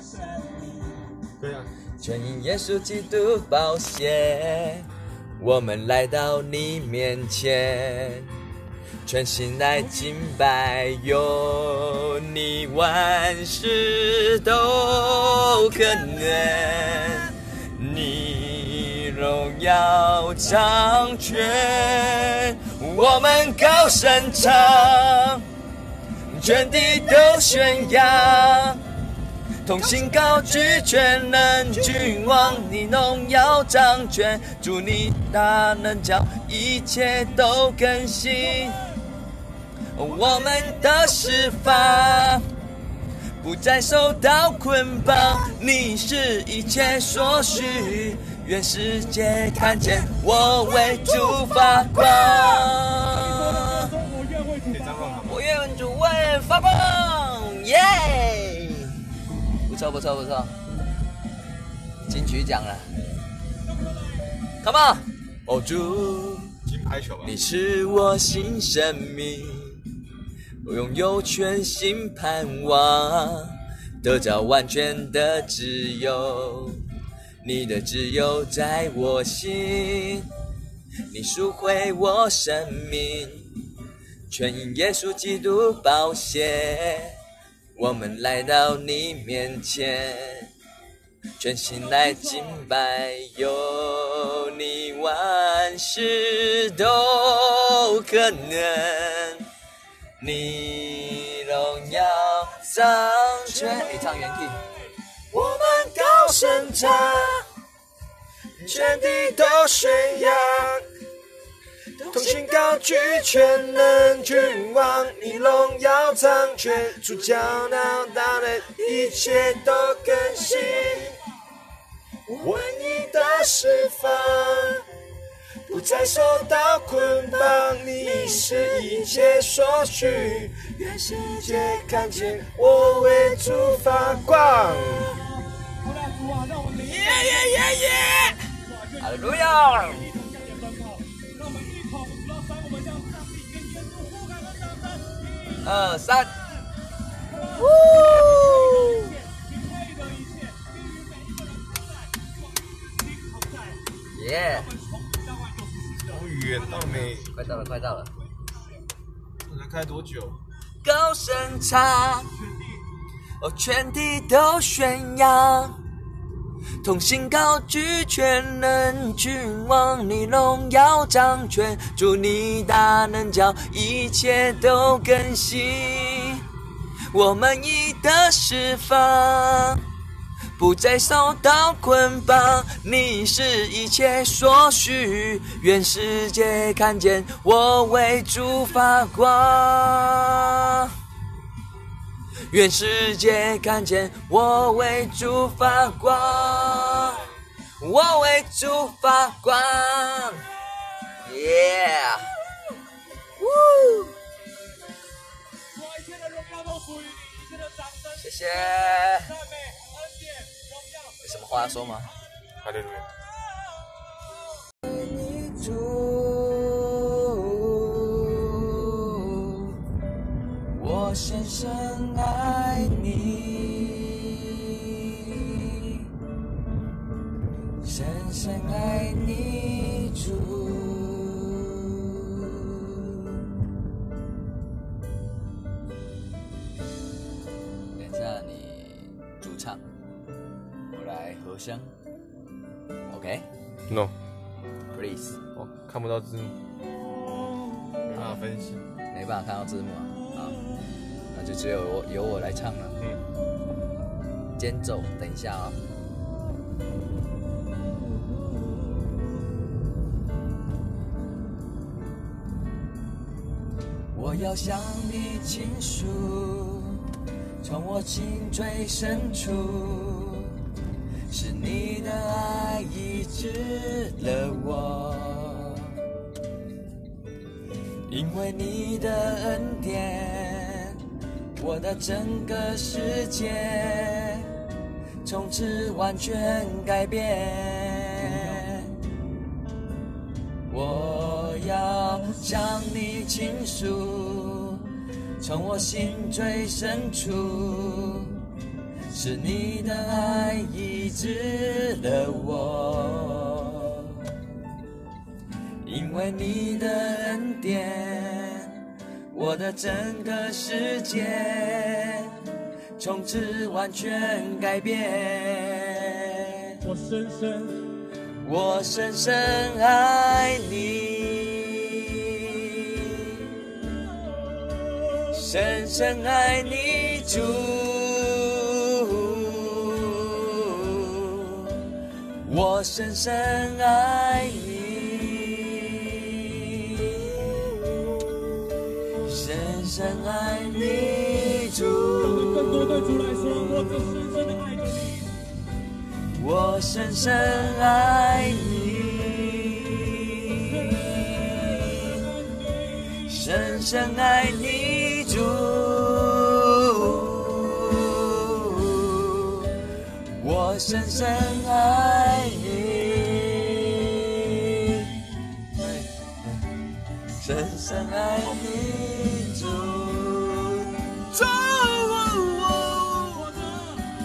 对啊， 全因耶稣基督宝血，我们来到你面前，全心来敬拜，有你万事都可能，你荣耀掌权，我们高声唱，全地都宣扬，同心高举，全能君王，你荣耀掌权，主你大能叫一切都更新，我们的释放不再受到捆绑，你是一切所需，愿世界看见我为主发光，我愿主为发光，耶、不错不错不错，金曲奖了 ，Come on， 哦主， 金牌球吧， 你是我新生命，我拥有全新盼望，得着完全的自由，你的自由在我心，你赎回我生命，全因耶稣基督宝血，我们来到你面前，全心来敬拜，有你万事都可能，你荣耀掌权，你唱原 key， 我们高声唱，全地都宣扬，同心高举，全能君王，你荣耀掌权，主教导大人，一切都更新，为你的释放不再受到捆绑，你是一切所需，愿世界看见我为主发光，耶耶耶耶，哈利路亚！2、3，耶！ 好远到没？ 快到了，快到了！ 你才开多久？ 高声唱，哦，全地都宣扬，同心高举，全能君王，你荣耀掌权，主你大能叫一切都更新，我们已得释放，不再受到捆绑，你是一切所需，愿世界看见我为主发光，愿世界看见我为主发光，我为主发光，耶！谢谢。有什么话要说吗？ 哈利路亚。 我深深爱你，深深爱你主。等一下你主唱，我来和声 ，OK？No， Please。 哦，看不到字幕，没办法分析， 没办法看到字幕啊。好，那就只有由我来唱了。间奏，等一下啊、我要向你倾诉，从我心最深处，是你的爱医治了我，因为你的恩典，我的整个世界从此完全改变。我要向你倾诉，从我心最深处， 是你的爱医治了我，因为你的恩典，我的整个世界从此完全改变。我深深爱你，深深爱你主，我深深爱你，深深爱你主。 更多对主来说，我深深的爱着你。 我深深爱你，深深爱你主，我深深爱你，深深爱你主。